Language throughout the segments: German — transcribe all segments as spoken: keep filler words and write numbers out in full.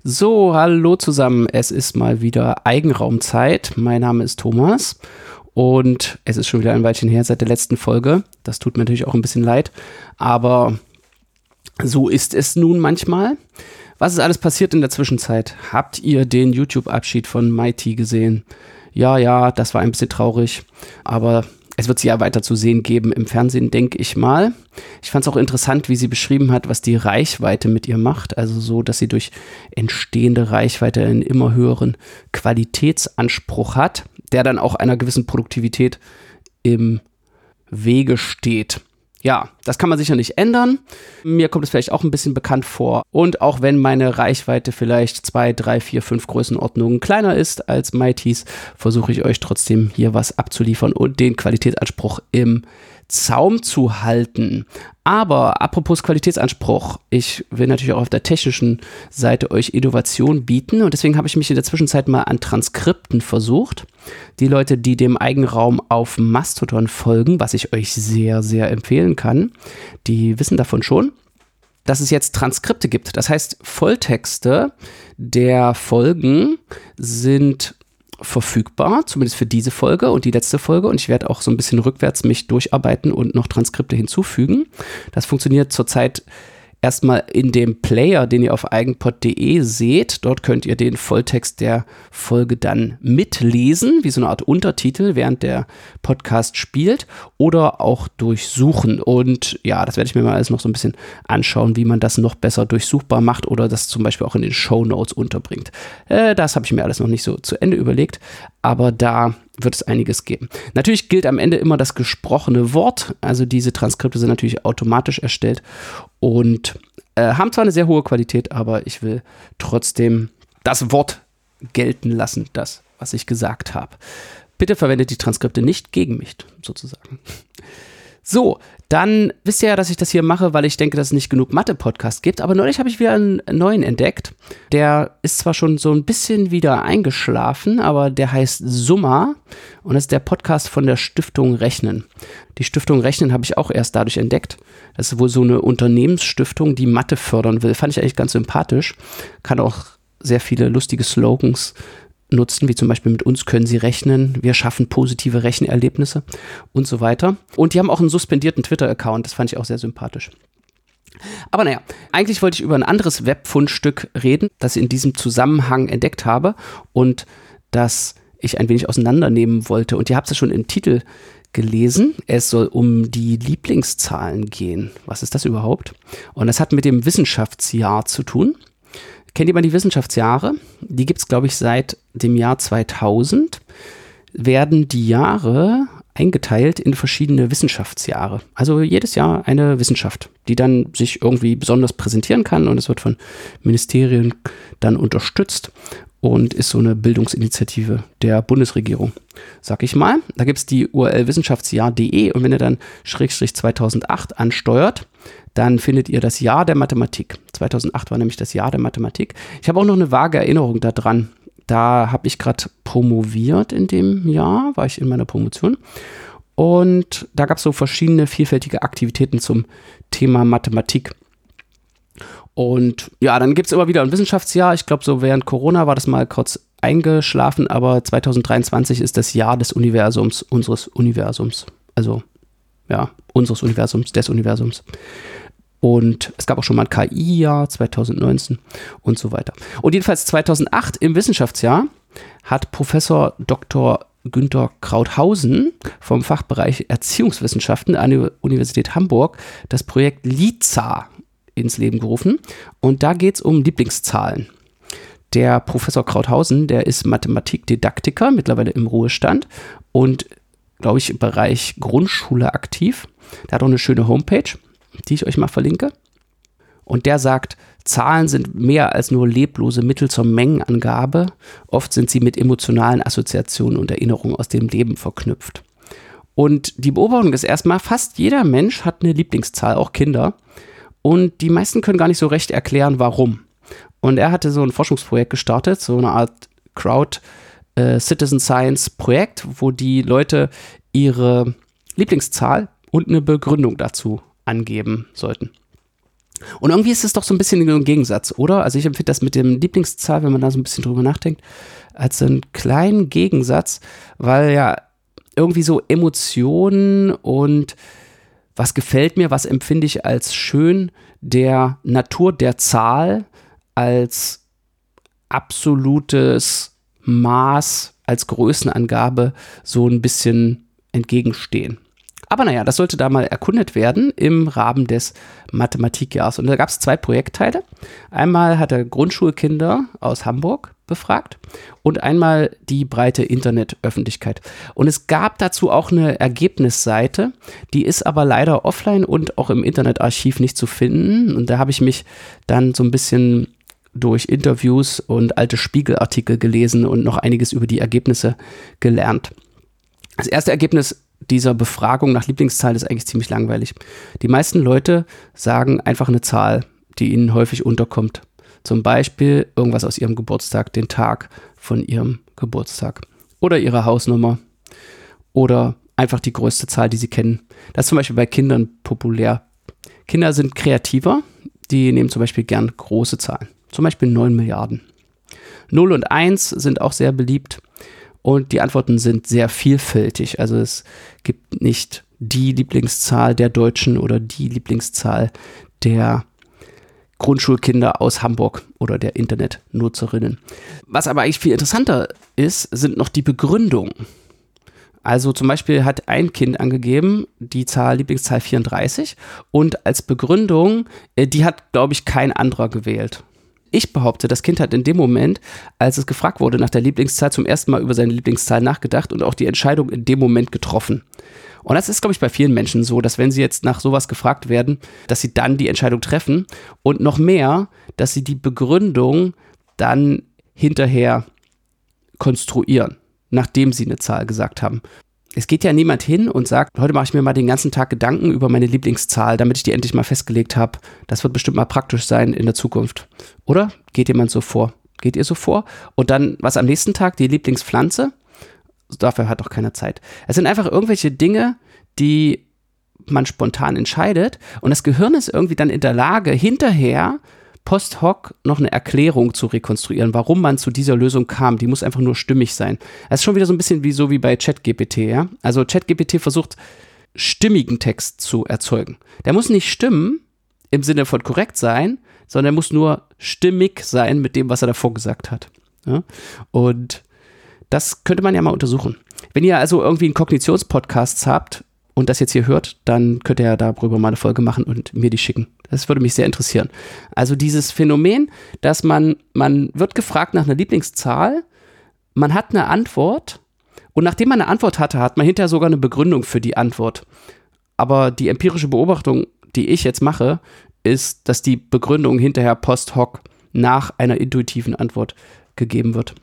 So, hallo zusammen. Es ist mal wieder Eigenraumzeit. Mein Name ist Thomas und es ist schon wieder ein Weilchen her seit der letzten Folge. Das tut mir natürlich auch ein bisschen leid, aber so ist es nun manchmal. Was ist alles passiert in der Zwischenzeit? Habt ihr den YouTube-Abschied von Mighty gesehen? Ja, ja, das war ein bisschen traurig, aber es wird sie ja weiter zu sehen geben im Fernsehen, denke ich mal. Ich fand es auch interessant, wie sie beschrieben hat, was die Reichweite mit ihr macht. Also so, dass sie durch entstehende Reichweite einen immer höheren Qualitätsanspruch hat, der dann auch einer gewissen Produktivität im Wege steht. Ja, das kann man sicher nicht ändern. Mir kommt es vielleicht auch ein bisschen bekannt vor. Und auch wenn meine Reichweite vielleicht zwei, drei, vier, fünf Größenordnungen kleiner ist als Mightys, versuche ich euch trotzdem hier was abzuliefern und den Qualitätsanspruch im Zaum zu halten. Aber apropos Qualitätsanspruch, ich will natürlich auch auf der technischen Seite euch Innovation bieten und deswegen habe ich mich in der Zwischenzeit mal an Transkripten versucht. Die Leute, die dem Eigenraum auf Mastodon folgen, was ich euch sehr, sehr empfehlen kann, die wissen davon schon, dass es jetzt Transkripte gibt. Das heißt, Volltexte der Folgen sind verfügbar, zumindest für diese Folge und die letzte Folge, und ich werde auch so ein bisschen rückwärts mich durcharbeiten und noch Transkripte hinzufügen. Das funktioniert zurzeit erstmal in dem Player, den ihr auf eigenpod punkt de seht. Dort könnt ihr den Volltext der Folge dann mitlesen, wie so eine Art Untertitel, während der Podcast spielt, oder auch durchsuchen. Und ja, das werde ich mir mal alles noch so ein bisschen anschauen, wie man das noch besser durchsuchbar macht oder das zum Beispiel auch in den Shownotes unterbringt. Äh, das habe ich mir alles noch nicht so zu Ende überlegt, aber da wird es einiges geben. Natürlich gilt am Ende immer das gesprochene Wort, also diese Transkripte sind natürlich automatisch erstellt und äh, haben zwar eine sehr hohe Qualität, aber ich will trotzdem das Wort gelten lassen, das, was ich gesagt habe. Bitte verwendet die Transkripte nicht gegen mich, sozusagen. So, dann wisst ihr ja, dass ich das hier mache, weil ich denke, dass es nicht genug Mathe-Podcasts gibt. Aber neulich habe ich wieder einen neuen entdeckt. Der ist zwar schon so ein bisschen wieder eingeschlafen, aber der heißt Summa und das ist der Podcast von der Stiftung Rechnen. Die Stiftung Rechnen habe ich auch erst dadurch entdeckt. Das ist wohl so eine Unternehmensstiftung, die Mathe fördern will. Fand ich eigentlich ganz sympathisch. Kann auch sehr viele lustige Slogans nutzen, wie zum Beispiel mit uns können Sie rechnen, wir schaffen positive Rechenerlebnisse und so weiter. Und die haben auch einen suspendierten Twitter-Account, das fand ich auch sehr sympathisch. Aber naja, eigentlich wollte ich über ein anderes Webfundstück reden, das ich in diesem Zusammenhang entdeckt habe und das ich ein wenig auseinandernehmen wollte. Und ihr habt es ja schon im Titel gelesen, es soll um die Lieblingszahlen gehen. Was ist das überhaupt? Und das hat mit dem Wissenschaftsjahr zu tun. Kennt ihr mal die Wissenschaftsjahre? Die gibt es, glaube ich, seit dem Jahr zweitausend. Werden die Jahre eingeteilt in verschiedene Wissenschaftsjahre. Also jedes Jahr eine Wissenschaft, die dann sich irgendwie besonders präsentieren kann und es wird von Ministerien dann unterstützt und ist so eine Bildungsinitiative der Bundesregierung, sag ich mal. Da gibt es die U R L wissenschaftsjahr punkt de und wenn ihr dann Schrägstrich zweitausendacht ansteuert, dann findet ihr das Jahr der Mathematik. zweitausendacht war nämlich das Jahr der Mathematik. Ich habe auch noch eine vage Erinnerung daran. Da habe ich gerade promoviert in dem Jahr, war ich in meiner Promotion. Und da gab es so verschiedene vielfältige Aktivitäten zum Thema Mathematik. Und ja, dann gibt es immer wieder ein Wissenschaftsjahr. Ich glaube, so während Corona war das mal kurz eingeschlafen, aber zweitausenddreiundzwanzig ist das Jahr des Universums, unseres Universums. Also, ja, unseres Universums, des Universums. Und es gab auch schon mal ein K I-Jahr, zweitausendneunzehn und so weiter. Und jedenfalls zweitausendacht im Wissenschaftsjahr hat Professor Doktor Günther Krauthausen vom Fachbereich Erziehungswissenschaften an der Universität Hamburg das Projekt LIZA ins Leben gerufen. Und da geht es um Lieblingszahlen. Der Professor Krauthausen, der ist Mathematikdidaktiker, mittlerweile im Ruhestand und, glaube ich, im Bereich Grundschule aktiv. Der hat auch eine schöne Homepage, die ich euch mal verlinke. Und der sagt, Zahlen sind mehr als nur leblose Mittel zur Mengenangabe. Oft sind sie mit emotionalen Assoziationen und Erinnerungen aus dem Leben verknüpft. Und die Beobachtung ist erstmal, fast jeder Mensch hat eine Lieblingszahl, auch Kinder. Und die meisten können gar nicht so recht erklären, warum. Und er hatte so ein Forschungsprojekt gestartet, so eine Art Crowd äh, Citizen Science Projekt, wo die Leute ihre Lieblingszahl und eine Begründung dazu angeben sollten. Und irgendwie ist es doch so ein bisschen ein Gegensatz, oder? Also ich empfinde das mit dem Lieblingszahl, wenn man da so ein bisschen drüber nachdenkt, als so einen kleinen Gegensatz, weil ja irgendwie so Emotionen und was gefällt mir, was empfinde ich als schön, der Natur der Zahl als absolutes Maß, als Größenangabe so ein bisschen entgegenstehen. Aber naja, das sollte da mal erkundet werden im Rahmen des Mathematikjahrs. Und da gab es zwei Projektteile. Einmal hat er Grundschulkinder aus Hamburg befragt und einmal die breite Internetöffentlichkeit. Und es gab dazu auch eine Ergebnisseite, die ist aber leider offline und auch im Internetarchiv nicht zu finden. Und da habe ich mich dann so ein bisschen durch Interviews und alte Spiegelartikel gelesen und noch einiges über die Ergebnisse gelernt. Das erste Ergebnis dieser Befragung nach Lieblingszahl ist eigentlich ziemlich langweilig. Die meisten Leute sagen einfach eine Zahl, die ihnen häufig unterkommt. Zum Beispiel irgendwas aus ihrem Geburtstag, den Tag von ihrem Geburtstag oder ihre Hausnummer oder einfach die größte Zahl, die sie kennen. Das ist zum Beispiel bei Kindern populär. Kinder sind kreativer, die nehmen zum Beispiel gern große Zahlen, zum Beispiel neun Milliarden. null und eins sind auch sehr beliebt. Und die Antworten sind sehr vielfältig. Also es gibt nicht die Lieblingszahl der Deutschen oder die Lieblingszahl der Grundschulkinder aus Hamburg oder der Internetnutzerinnen. Was aber eigentlich viel interessanter ist, sind noch die Begründungen. Also zum Beispiel hat ein Kind angegeben, die Zahl Lieblingszahl vierunddreißig und als Begründung, die hat, glaube ich, kein anderer gewählt. Ich behaupte, das Kind hat in dem Moment, als es gefragt wurde nach der Lieblingszahl, zum ersten Mal über seine Lieblingszahl nachgedacht und auch die Entscheidung in dem Moment getroffen. Und das ist, glaube ich, bei vielen Menschen so, dass wenn sie jetzt nach sowas gefragt werden, dass sie dann die Entscheidung treffen und noch mehr, dass sie die Begründung dann hinterher konstruieren, nachdem sie eine Zahl gesagt haben. Es geht ja niemand hin und sagt, heute mache ich mir mal den ganzen Tag Gedanken über meine Lieblingszahl, damit ich die endlich mal festgelegt habe. Das wird bestimmt mal praktisch sein in der Zukunft. Oder geht jemand so vor? Geht ihr so vor? Und dann, was am nächsten Tag? Die Lieblingspflanze? Dafür hat doch keiner Zeit. Es sind einfach irgendwelche Dinge, die man spontan entscheidet. Und das Gehirn ist irgendwie dann in der Lage, hinterher post hoc noch eine Erklärung zu rekonstruieren, warum man zu dieser Lösung kam. Die muss einfach nur stimmig sein. Das ist schon wieder so ein bisschen wie so wie bei ChatGPT, ja? Also ChatGPT versucht, stimmigen Text zu erzeugen. Der muss nicht stimmen im Sinne von korrekt sein, sondern er muss nur stimmig sein mit dem, was er davor gesagt hat. Ja? Und das könnte man ja mal untersuchen. Wenn ihr also irgendwie einen Kognitionspodcast habt und das jetzt hier hört, dann könnt ihr ja darüber mal eine Folge machen und mir die schicken. Das würde mich sehr interessieren. Also dieses Phänomen, dass man, man wird gefragt nach einer Lieblingszahl, man hat eine Antwort und nachdem man eine Antwort hatte, hat man hinterher sogar eine Begründung für die Antwort. Aber die empirische Beobachtung, die ich jetzt mache, ist, dass die Begründung hinterher post hoc nach einer intuitiven Antwort gegeben wird.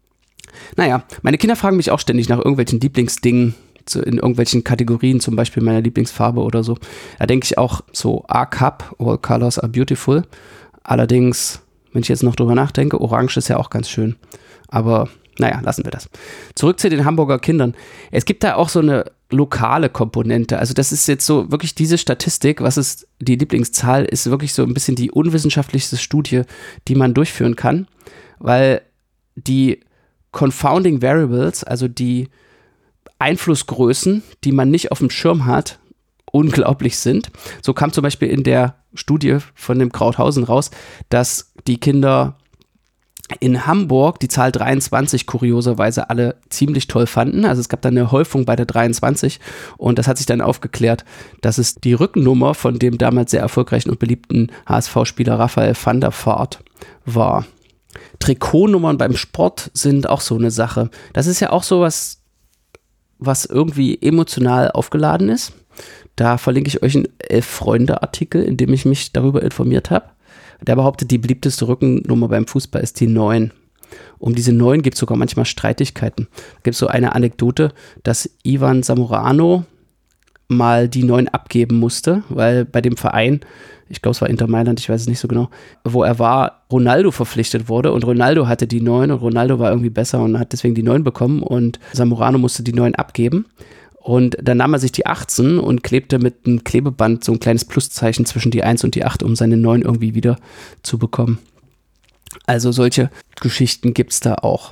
Naja, meine Kinder fragen mich auch ständig nach irgendwelchen Lieblingsdingen, in irgendwelchen Kategorien, zum Beispiel meiner Lieblingsfarbe oder so. Da denke ich auch so, A-Cup, all colors are beautiful. Allerdings, wenn ich jetzt noch drüber nachdenke, Orange ist ja auch ganz schön. Aber naja, lassen wir das. Zurück zu den Hamburger Kindern. Es gibt da auch so eine lokale Komponente. Also das ist jetzt so wirklich diese Statistik, was ist die Lieblingszahl, ist wirklich so ein bisschen die unwissenschaftlichste Studie, die man durchführen kann, weil die Confounding Variables, also die Einflussgrößen, die man nicht auf dem Schirm hat, unglaublich sind. So kam zum Beispiel in der Studie von dem Krauthausen raus, dass die Kinder in Hamburg die Zahl dreiundzwanzig kurioserweise alle ziemlich toll fanden. Also es gab dann eine Häufung bei der dreiundzwanzig und das hat sich dann aufgeklärt, dass es die Rückennummer von dem damals sehr erfolgreichen und beliebten H S V-Spieler Raphael van der Vaart war. Trikotnummern beim Sport sind auch so eine Sache. Das ist ja auch sowas, was irgendwie emotional aufgeladen ist. Da verlinke ich euch einen Elf-Freunde-Artikel, in dem ich mich darüber informiert habe. Der behauptet, die beliebteste Rückennummer beim Fußball ist die neun. Um diese neun gibt es sogar manchmal Streitigkeiten. Da gibt es so eine Anekdote, dass Ivan Zamorano mal die neun abgeben musste, weil bei dem Verein, ich glaube es war Inter Mailand, ich weiß es nicht so genau, wo er war, Ronaldo verpflichtet wurde und Ronaldo hatte die neun und Ronaldo war irgendwie besser und hat deswegen die neun bekommen und Zamorano musste die neun abgeben Und dann nahm er sich die achtzehn und klebte mit einem Klebeband so ein kleines Pluszeichen zwischen die eins und die acht, um seine neun irgendwie wieder zu bekommen. Also solche Geschichten gibt es da auch.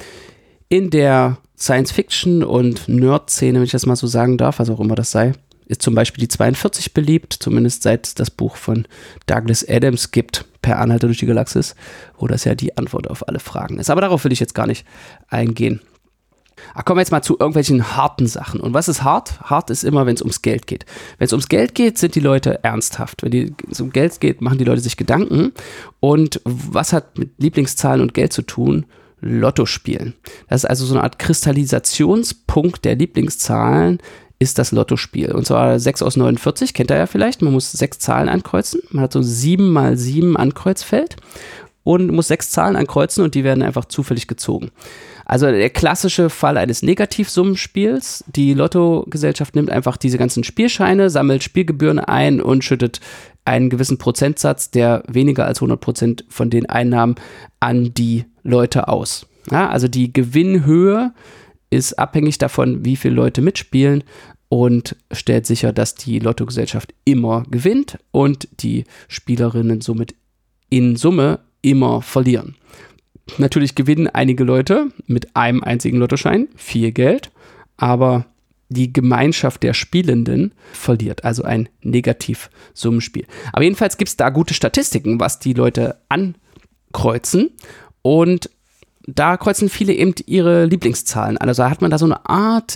In der Science-Fiction- und Nerd-Szene, wenn ich das mal so sagen darf, was auch immer das sei, ist zum Beispiel die zweiundvierzig beliebt, zumindest seit es das Buch von Douglas Adams gibt, Per Anhalter durch die Galaxis, wo das ja die Antwort auf alle Fragen ist. Aber darauf will ich jetzt gar nicht eingehen. Ach, kommen wir jetzt mal zu irgendwelchen harten Sachen. Und was ist hart? Hart ist immer, wenn es ums Geld geht. Wenn es ums Geld geht, sind die Leute ernsthaft. Wenn es um Geld geht, machen die Leute sich Gedanken. Und was hat mit Lieblingszahlen und Geld zu tun? Lotto spielen. Das ist also so eine Art Kristallisationspunkt der Lieblingszahlen, ist das Lottospiel. Und zwar sechs aus neunundvierzig, kennt ihr ja vielleicht. Man muss sechs Zahlen ankreuzen. Man hat so sieben mal sieben Ankreuzfeld und muss sechs Zahlen ankreuzen und die werden einfach zufällig gezogen. Also der klassische Fall eines Negativsummenspiels. Die Lottogesellschaft nimmt einfach diese ganzen Spielscheine, sammelt Spielgebühren ein und schüttet einen gewissen Prozentsatz, der weniger als hundert Prozent von den Einnahmen an die Leute aus. Ja, also die Gewinnhöhe ist abhängig davon, wie viele Leute mitspielen und stellt sicher, dass die Lottogesellschaft immer gewinnt und die Spielerinnen somit in Summe immer verlieren. Natürlich gewinnen einige Leute mit einem einzigen Lottoschein viel Geld, aber die Gemeinschaft der Spielenden verliert, also ein Negativsummenspiel. Aber jedenfalls gibt es da gute Statistiken, was die Leute ankreuzen, und da kreuzen viele eben ihre Lieblingszahlen an. Also hat man da so eine Art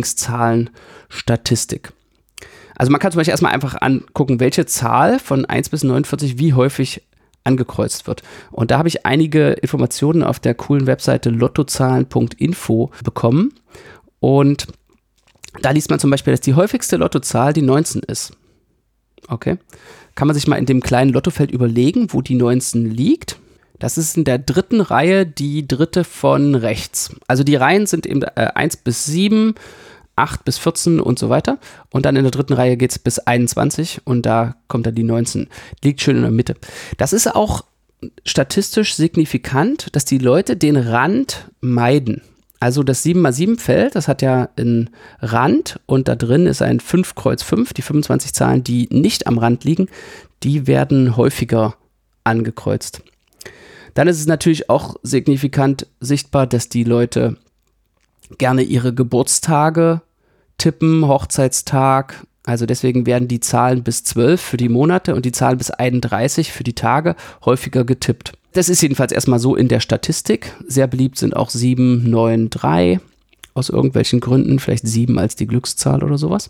Lieblingszahlen-Statistik. Also man kann zum Beispiel erstmal einfach angucken, welche Zahl von eins bis neunundvierzig wie häufig angekreuzt wird. Und da habe ich einige Informationen auf der coolen Webseite lottozahlen punkt info bekommen. Und da liest man zum Beispiel, dass die häufigste Lottozahl die neunzehn ist. Okay. Kann man sich mal in dem kleinen Lottofeld überlegen, wo die neunzehn liegt. Das ist in der dritten Reihe die dritte von rechts. Also die Reihen sind eben äh, eins bis sieben, acht bis vierzehn und so weiter. Und dann in der dritten Reihe geht es bis einundzwanzig und da kommt dann die neunzehn. Liegt schön in der Mitte. Das ist auch statistisch signifikant, dass die Leute den Rand meiden. Also das sieben mal sieben Feld, das hat ja einen Rand und da drin ist ein fünf Kreuz fünf. Die fünfundzwanzig Zahlen, die nicht am Rand liegen, die werden häufiger angekreuzt. Dann ist es natürlich auch signifikant sichtbar, dass die Leute gerne ihre Geburtstage tippen, Hochzeitstag. Also deswegen werden die Zahlen bis zwölf für die Monate und die Zahlen bis einunddreißig für die Tage häufiger getippt. Das ist jedenfalls erstmal so in der Statistik. Sehr beliebt sind auch sieben, neun, drei aus irgendwelchen Gründen, vielleicht sieben als die Glückszahl oder sowas.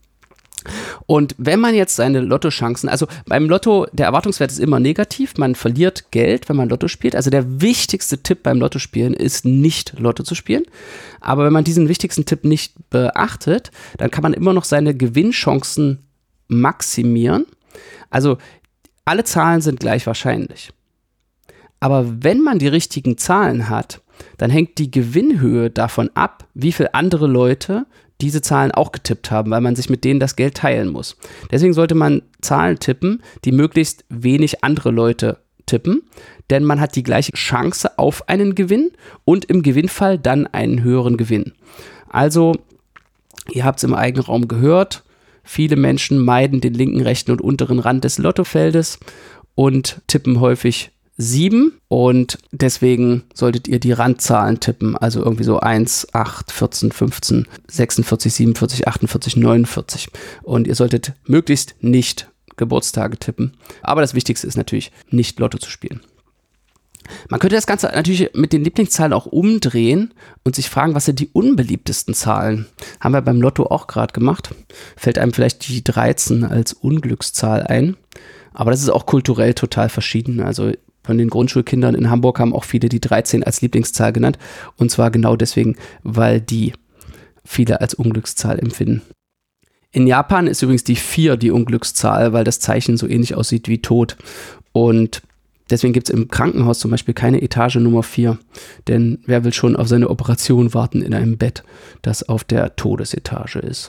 Und wenn man jetzt seine Lottochancen, also beim Lotto, der Erwartungswert ist immer negativ, man verliert Geld, wenn man Lotto spielt. Also der wichtigste Tipp beim Lottospielen ist nicht Lotto zu spielen. Aber wenn man diesen wichtigsten Tipp nicht beachtet, dann kann man immer noch seine Gewinnchancen maximieren. Also alle Zahlen sind gleich wahrscheinlich. Aber wenn man die richtigen Zahlen hat, dann hängt die Gewinnhöhe davon ab, wie viele andere Leute diese Zahlen auch getippt haben, weil man sich mit denen das Geld teilen muss. Deswegen sollte man Zahlen tippen, die möglichst wenig andere Leute tippen, denn man hat die gleiche Chance auf einen Gewinn und im Gewinnfall dann einen höheren Gewinn. Also, ihr habt es im Eigenraum gehört, viele Menschen meiden den linken, rechten und unteren Rand des Lottofeldes und tippen häufig sieben und deswegen solltet ihr die Randzahlen tippen, also irgendwie so eins, acht, vierzehn, fünfzehn, sechsundvierzig, siebenundvierzig, achtundvierzig, neunundvierzig und ihr solltet möglichst nicht Geburtstage tippen, aber das Wichtigste ist natürlich, nicht Lotto zu spielen. Man könnte das Ganze natürlich mit den Lieblingszahlen auch umdrehen und sich fragen, was sind die unbeliebtesten Zahlen? Haben wir beim Lotto auch gerade gemacht. Fällt einem vielleicht die dreizehn als Unglückszahl ein, aber das ist auch kulturell total verschieden, also von den Grundschulkindern in Hamburg haben auch viele die dreizehn als Lieblingszahl genannt. Und zwar genau deswegen, weil die viele als Unglückszahl empfinden. In Japan ist übrigens die vier die Unglückszahl, weil das Zeichen so ähnlich aussieht wie Tod. Und deswegen gibt es im Krankenhaus zum Beispiel keine Etage Nummer vier. Denn wer will schon auf seine Operation warten in einem Bett, das auf der Todesetage ist?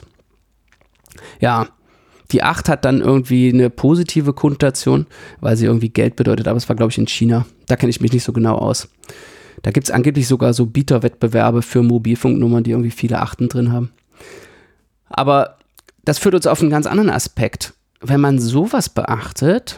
Ja. Die acht hat dann irgendwie eine positive Konnotation, weil sie irgendwie Geld bedeutet, aber es war, glaube ich, in China. Da kenne ich mich nicht so genau aus. Da gibt es angeblich sogar so Bieterwettbewerbe für Mobilfunknummern, die irgendwie viele Achten drin haben. Aber das führt uns auf einen ganz anderen Aspekt. Wenn man sowas beachtet,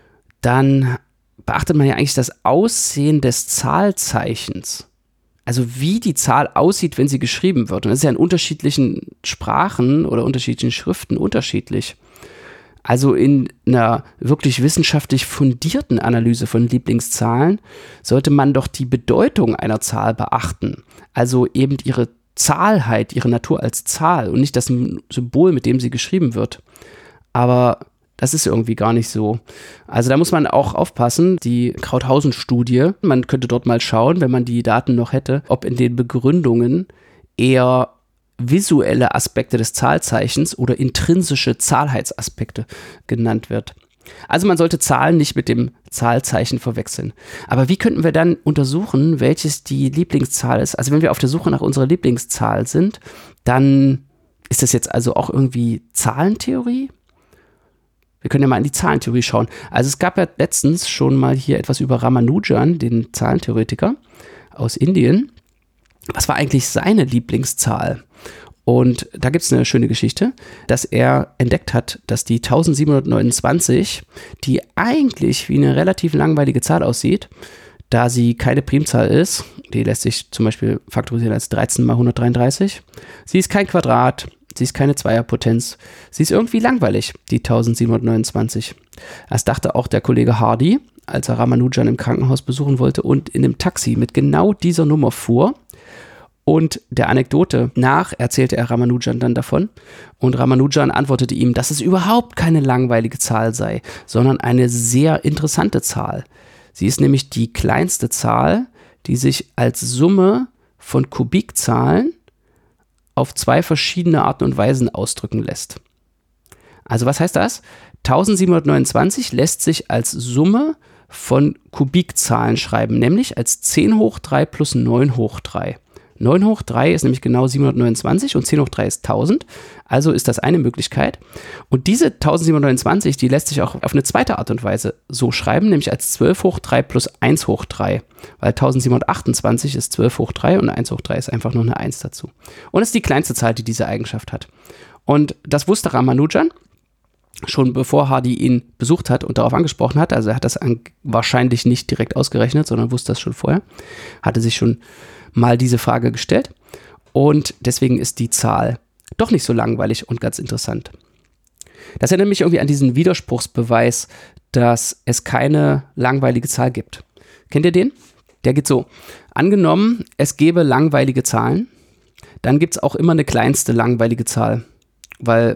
dann beachtet man ja eigentlich das Aussehen des Zahlzeichens. Also wie die Zahl aussieht, wenn sie geschrieben wird. Und das ist ja in unterschiedlichen Sprachen oder unterschiedlichen Schriften unterschiedlich. Also in einer wirklich wissenschaftlich fundierten Analyse von Lieblingszahlen sollte man doch die Bedeutung einer Zahl beachten. Also eben ihre Zahlheit, ihre Natur als Zahl und nicht das Symbol, mit dem sie geschrieben wird. Aber das ist irgendwie gar nicht so. Also da muss man auch aufpassen, die Krauthausen-Studie, man könnte dort mal schauen, wenn man die Daten noch hätte, ob in den Begründungen eher visuelle Aspekte des Zahlzeichens oder intrinsische Zahlheitsaspekte genannt wird. Also man sollte Zahlen nicht mit dem Zahlzeichen verwechseln. Aber wie könnten wir dann untersuchen, welches die Lieblingszahl ist? Also wenn wir auf der Suche nach unserer Lieblingszahl sind, dann ist das jetzt also auch irgendwie Zahlentheorie? Wir können ja mal in die Zahlentheorie schauen. Also es gab ja letztens schon mal hier etwas über Ramanujan, den Zahlentheoretiker aus Indien. Was war eigentlich seine Lieblingszahl? Und da gibt es eine schöne Geschichte, dass er entdeckt hat, dass die eintausendsiebenhundertneunundzwanzig, die eigentlich wie eine relativ langweilige Zahl aussieht, da sie keine Primzahl ist, die lässt sich zum Beispiel faktorisieren als dreizehn mal hundertdreiunddreißig, sie ist kein Quadrat, sie ist keine Zweierpotenz, sie ist irgendwie langweilig, die eintausendsiebenhundertneunundzwanzig. Das dachte auch der Kollege Hardy, als er Ramanujan im Krankenhaus besuchen wollte und in einem Taxi mit genau dieser Nummer fuhr. Und der Anekdote nach erzählte er Ramanujan dann davon. Und Ramanujan antwortete ihm, dass es überhaupt keine langweilige Zahl sei, sondern eine sehr interessante Zahl. Sie ist nämlich die kleinste Zahl, die sich als Summe von Kubikzahlen auf zwei verschiedene Arten und Weisen ausdrücken lässt. Also was heißt das? eintausendsiebenhundertneunundzwanzig lässt sich als Summe von Kubikzahlen schreiben, nämlich als zehn hoch drei plus neun hoch drei. neun hoch drei ist nämlich genau siebenhundertneunundzwanzig und zehn hoch drei ist tausend, also ist das eine Möglichkeit. Und diese eintausendsiebenhundertneunundzwanzig, die lässt sich auch auf eine zweite Art und Weise so schreiben, nämlich als zwölf hoch drei plus eins hoch drei, weil eintausendsiebenhundertachtundzwanzig ist zwölf hoch drei und eins hoch drei ist einfach nur eine eins dazu. Und es ist die kleinste Zahl, die diese Eigenschaft hat. Und das wusste Ramanujan schon bevor Hardy ihn besucht hat und darauf angesprochen hat. Also er hat das wahrscheinlich nicht direkt ausgerechnet, sondern wusste das schon vorher, hatte sich schon mal diese Frage gestellt und deswegen ist die Zahl doch nicht so langweilig und ganz interessant. Das erinnert mich irgendwie an diesen Widerspruchsbeweis, dass es keine langweilige Zahl gibt. Kennt ihr den? Der geht so: Angenommen, es gäbe langweilige Zahlen, dann gibt es auch immer eine kleinste langweilige Zahl, weil,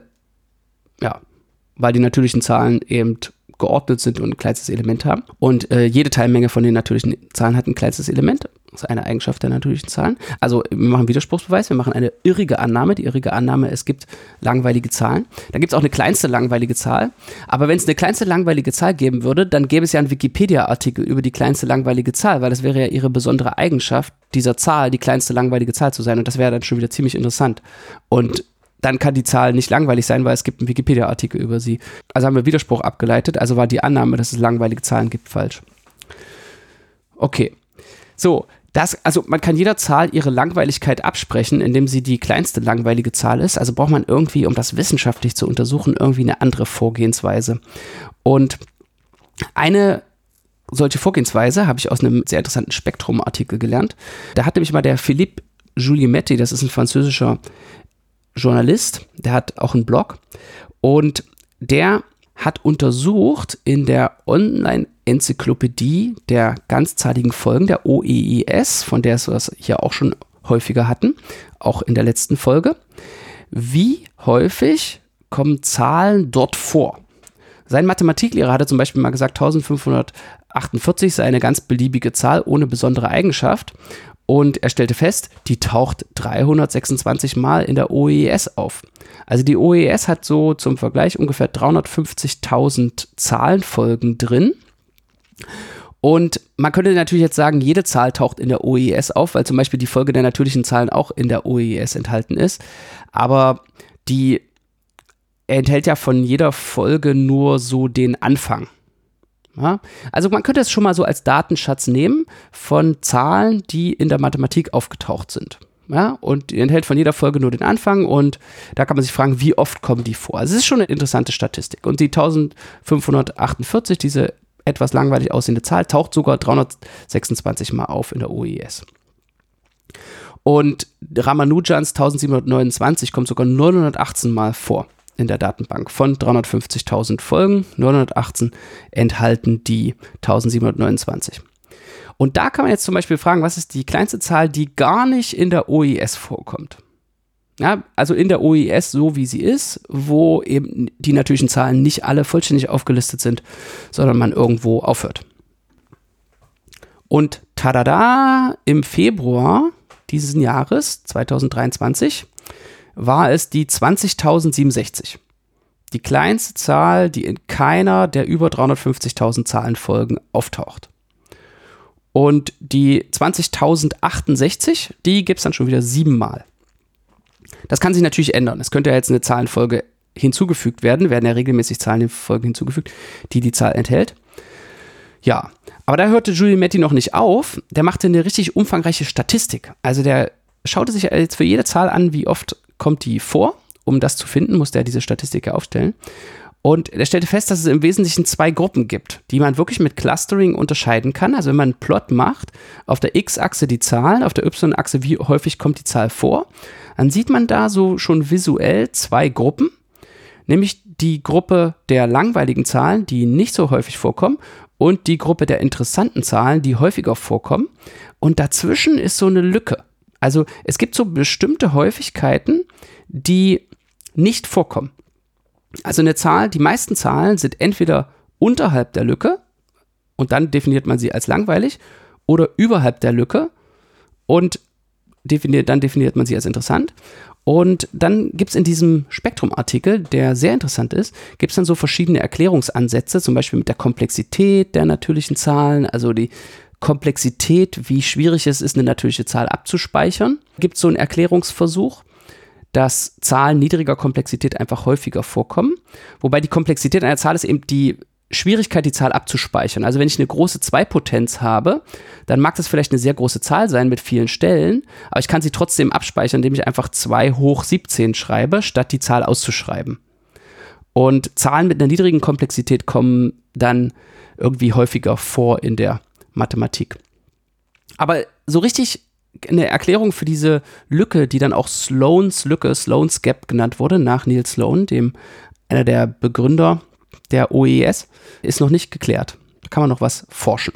ja, weil die natürlichen Zahlen eben geordnet sind und ein kleinstes Element haben. Und äh, jede Teilmenge von den natürlichen Zahlen hat ein kleinstes Element. Das ist eine Eigenschaft der natürlichen Zahlen. Also wir machen Widerspruchsbeweis, wir machen eine irrige Annahme. Die irrige Annahme, es gibt langweilige Zahlen. Dann gibt es auch eine kleinste langweilige Zahl. Aber wenn es eine kleinste langweilige Zahl geben würde, dann gäbe es ja einen Wikipedia-Artikel über die kleinste langweilige Zahl, weil das wäre ja ihre besondere Eigenschaft, dieser Zahl die kleinste langweilige Zahl zu sein. Und das wäre dann schon wieder ziemlich interessant. Und dann kann die Zahl nicht langweilig sein, weil es gibt einen Wikipedia-Artikel über sie. Also haben wir Widerspruch abgeleitet, also war die Annahme, dass es langweilige Zahlen gibt, falsch. Okay, so, das, also man kann jeder Zahl ihre Langweiligkeit absprechen, indem sie die kleinste langweilige Zahl ist, also braucht man irgendwie, um das wissenschaftlich zu untersuchen, irgendwie eine andere Vorgehensweise. Und eine solche Vorgehensweise habe ich aus einem sehr interessanten Spektrum-Artikel gelernt. Da hat nämlich mal der Philippe Guillemetti, das ist ein französischer Journalist, der hat auch einen Blog und der hat untersucht in der Online-Enzyklopädie der ganzzahligen Folgen, der O E E S, von der wir es hier auch schon häufiger hatten, auch in der letzten Folge, wie häufig kommen Zahlen dort vor. Sein Mathematiklehrer hatte zum Beispiel mal gesagt, eintausendfünfhundertachtundvierzig sei eine ganz beliebige Zahl ohne besondere Eigenschaft. Und er stellte fest, die taucht dreihundertsechsundzwanzig Mal in der O E E S auf. Also die O E E S hat so zum Vergleich ungefähr dreihundertfünfzigtausend Zahlenfolgen drin. Und man könnte natürlich jetzt sagen, jede Zahl taucht in der O E E S auf, weil zum Beispiel die Folge der natürlichen Zahlen auch in der O E E S enthalten ist. Aber die enthält ja von jeder Folge nur so den Anfang. Ja, also man könnte es schon mal so als Datenschatz nehmen von Zahlen, die in der Mathematik aufgetaucht sind. Ja, und die enthält von jeder Folge nur den Anfang und da kann man sich fragen, wie oft kommen die vor. Also es ist schon eine interessante Statistik. Und die eintausendfünfhundertachtundvierzig, diese etwas langweilig aussehende Zahl, taucht sogar dreihundertsechsundzwanzig Mal auf in der O I S. Und Ramanujans eintausendsiebenhundertneunundzwanzig kommt sogar neunhundertachtzehn Mal vor in der Datenbank. Von dreihundertfünfzigtausend Folgen, neunhundertachtzehn enthalten die eintausendsiebenhundertneunundzwanzig. Und da kann man jetzt zum Beispiel fragen, was ist die kleinste Zahl, die gar nicht in der O I S vorkommt? Ja, also in der O I S so, wie sie ist, wo eben die natürlichen Zahlen nicht alle vollständig aufgelistet sind, sondern man irgendwo aufhört. Und tada, im Februar dieses Jahres, zweitausenddreiundzwanzig, war es die zwanzigtausendsiebenundsechzig. Die kleinste Zahl, die in keiner der über dreihundertfünfzigtausend Zahlenfolgen auftaucht. Und die zwanzigtausendachtundsechzig, die gibt es dann schon wieder siebenmal. Das kann sich natürlich ändern. Es könnte ja jetzt eine Zahlenfolge hinzugefügt werden, werden ja regelmäßig Zahlenfolgen hinzugefügt, die die Zahl enthält. Ja, aber da hörte Julien Mety noch nicht auf. Der machte eine richtig umfangreiche Statistik. Also der schaute sich jetzt für jede Zahl an, wie oft kommt die vor. Um das zu finden, musste er diese Statistik ja aufstellen. Und er stellte fest, dass es im Wesentlichen zwei Gruppen gibt, die man wirklich mit Clustering unterscheiden kann. Also wenn man einen Plot macht, auf der X-Achse die Zahl, auf der Y-Achse wie häufig kommt die Zahl vor, dann sieht man da so schon visuell zwei Gruppen, nämlich die Gruppe der langweiligen Zahlen, die nicht so häufig vorkommen, und die Gruppe der interessanten Zahlen, die häufiger vorkommen. Und dazwischen ist so eine Lücke. Also es gibt so bestimmte Häufigkeiten, die nicht vorkommen. Also eine Zahl, die meisten Zahlen sind entweder unterhalb der Lücke und dann definiert man sie als langweilig oder überhalb der Lücke und definiert, dann definiert man sie als interessant. Und dann gibt es in diesem Spektrum-Artikel, der sehr interessant ist, gibt es dann so verschiedene Erklärungsansätze, zum Beispiel mit der Komplexität der natürlichen Zahlen, also die Komplexität, wie schwierig es ist, eine natürliche Zahl abzuspeichern. Gibt es so einen Erklärungsversuch, dass Zahlen niedriger Komplexität einfach häufiger vorkommen. Wobei die Komplexität einer Zahl ist eben die Schwierigkeit, die Zahl abzuspeichern. Also wenn ich eine große Zweipotenz habe, dann mag das vielleicht eine sehr große Zahl sein mit vielen Stellen, aber ich kann sie trotzdem abspeichern, indem ich einfach zwei hoch siebzehn schreibe, statt die Zahl auszuschreiben. Und Zahlen mit einer niedrigen Komplexität kommen dann irgendwie häufiger vor in der Mathematik. Aber so richtig eine Erklärung für diese Lücke, die dann auch Sloans Lücke, Sloan's Gap genannt wurde, nach Neil Sloan, dem einer der Begründer der O I S, ist noch nicht geklärt. Da kann man noch was forschen.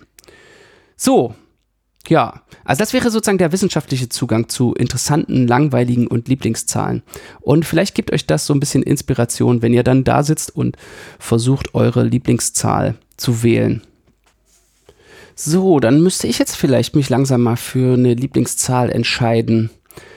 So, ja, also das wäre sozusagen der wissenschaftliche Zugang zu interessanten, langweiligen und Lieblingszahlen. Und vielleicht gibt euch das so ein bisschen Inspiration, wenn ihr dann da sitzt und versucht, eure Lieblingszahl zu wählen. So, dann müsste ich jetzt vielleicht mich langsam mal für eine Lieblingszahl entscheiden.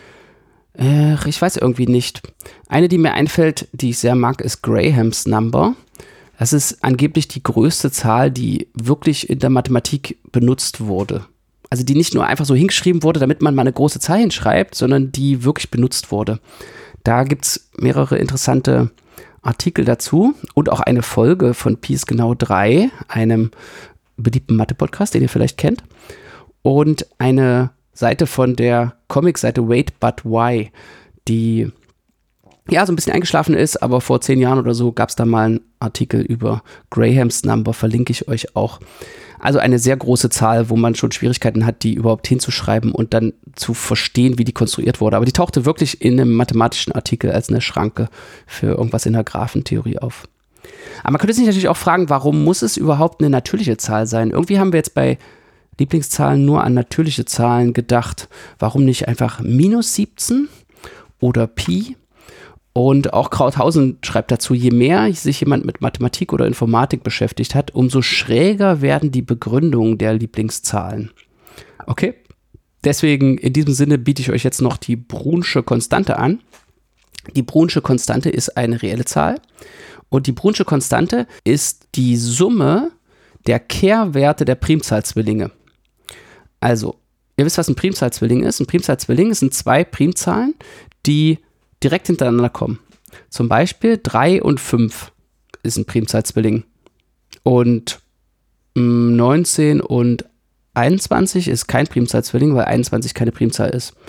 Äh, ich weiß irgendwie nicht. Eine, die mir einfällt, die ich sehr mag, ist Graham's Number. Das ist angeblich die größte Zahl, die wirklich in der Mathematik benutzt wurde. Also die nicht nur einfach so hingeschrieben wurde, damit man mal eine große Zahl hinschreibt, sondern die wirklich benutzt wurde. Da gibt es mehrere interessante Artikel dazu und auch eine Folge von Pi ist genau drei, einem beliebten Mathe-Podcast, den ihr vielleicht kennt. Und eine Seite von der Comic-Seite Wait But Why, die ja so ein bisschen eingeschlafen ist, aber vor zehn Jahren oder so gab es da mal einen Artikel über Graham's Number, verlinke ich euch auch. Also eine sehr große Zahl, wo man schon Schwierigkeiten hat, die überhaupt hinzuschreiben und dann zu verstehen, wie die konstruiert wurde. Aber die tauchte wirklich in einem mathematischen Artikel als eine Schranke für irgendwas in der Graphentheorie auf. Aber man könnte sich natürlich auch fragen, warum muss es überhaupt eine natürliche Zahl sein? Irgendwie haben wir jetzt bei Lieblingszahlen nur an natürliche Zahlen gedacht. Warum nicht einfach minus siebzehn oder Pi? Und auch Krauthausen schreibt dazu, je mehr sich jemand mit Mathematik oder Informatik beschäftigt hat, umso schräger werden die Begründungen der Lieblingszahlen. Okay, deswegen in diesem Sinne biete ich euch jetzt noch die Brunsche Konstante an. Die Brunsche Konstante ist eine reelle Zahl und die Brunsche Konstante ist die Summe der Kehrwerte der Primzahlzwillinge. Also, ihr wisst, was ein Primzahlzwilling ist. Ein Primzahlzwilling sind zwei Primzahlen, die direkt hintereinander kommen. Zum Beispiel drei und fünf ist ein Primzahlzwilling. Und mh, neunzehn und einundzwanzig ist kein Primzahlzwilling, weil einundzwanzig keine Primzahl ist.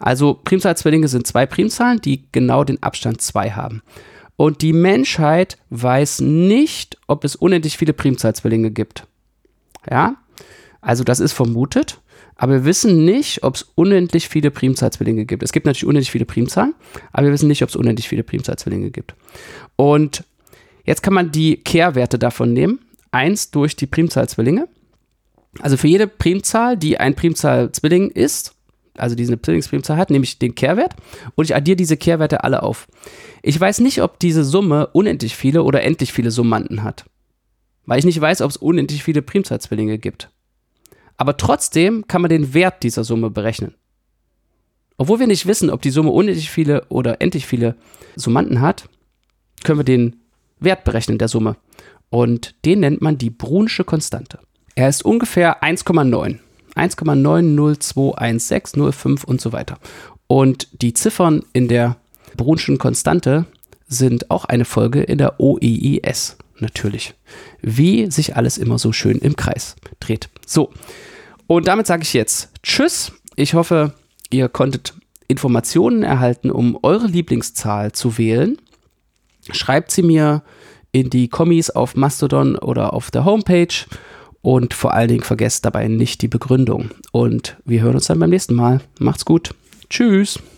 Also Primzahlzwillinge sind zwei Primzahlen, die genau den Abstand zwei haben. Und die Menschheit weiß nicht, ob es unendlich viele Primzahlzwillinge gibt. Ja, also das ist vermutet, aber wir wissen nicht, ob es unendlich viele Primzahlzwillinge gibt. Es gibt natürlich unendlich viele Primzahlen, aber wir wissen nicht, ob es unendlich viele Primzahlzwillinge gibt. Und jetzt kann man die Kehrwerte davon nehmen, eins durch die Primzahlzwillinge. Also für jede Primzahl, die ein Primzahlzwilling ist, also die eine Zwillingsprimzahl hat, nehme ich den Kehrwert und ich addiere diese Kehrwerte alle auf. Ich weiß nicht, ob diese Summe unendlich viele oder endlich viele Summanden hat, weil ich nicht weiß, ob es unendlich viele Primzahlzwillinge gibt. Aber trotzdem kann man den Wert dieser Summe berechnen. Obwohl wir nicht wissen, ob die Summe unendlich viele oder endlich viele Summanden hat, können wir den Wert berechnen der Summe. Und den nennt man die Brunsche Konstante. Er ist ungefähr eins Komma neun. eins Komma neun null zwei eins sechs null fünf und so weiter. Und die Ziffern in der Brunschen Konstante sind auch eine Folge in der O E I S, natürlich. Wie sich alles immer so schön im Kreis dreht. So, und damit sage ich jetzt Tschüss. Ich hoffe, ihr konntet Informationen erhalten, um eure Lieblingszahl zu wählen. Schreibt sie mir in die Kommis auf Mastodon oder auf der Homepage. Und vor allen Dingen vergesst dabei nicht die Begründung. Und wir hören uns dann beim nächsten Mal. Macht's gut. Tschüss.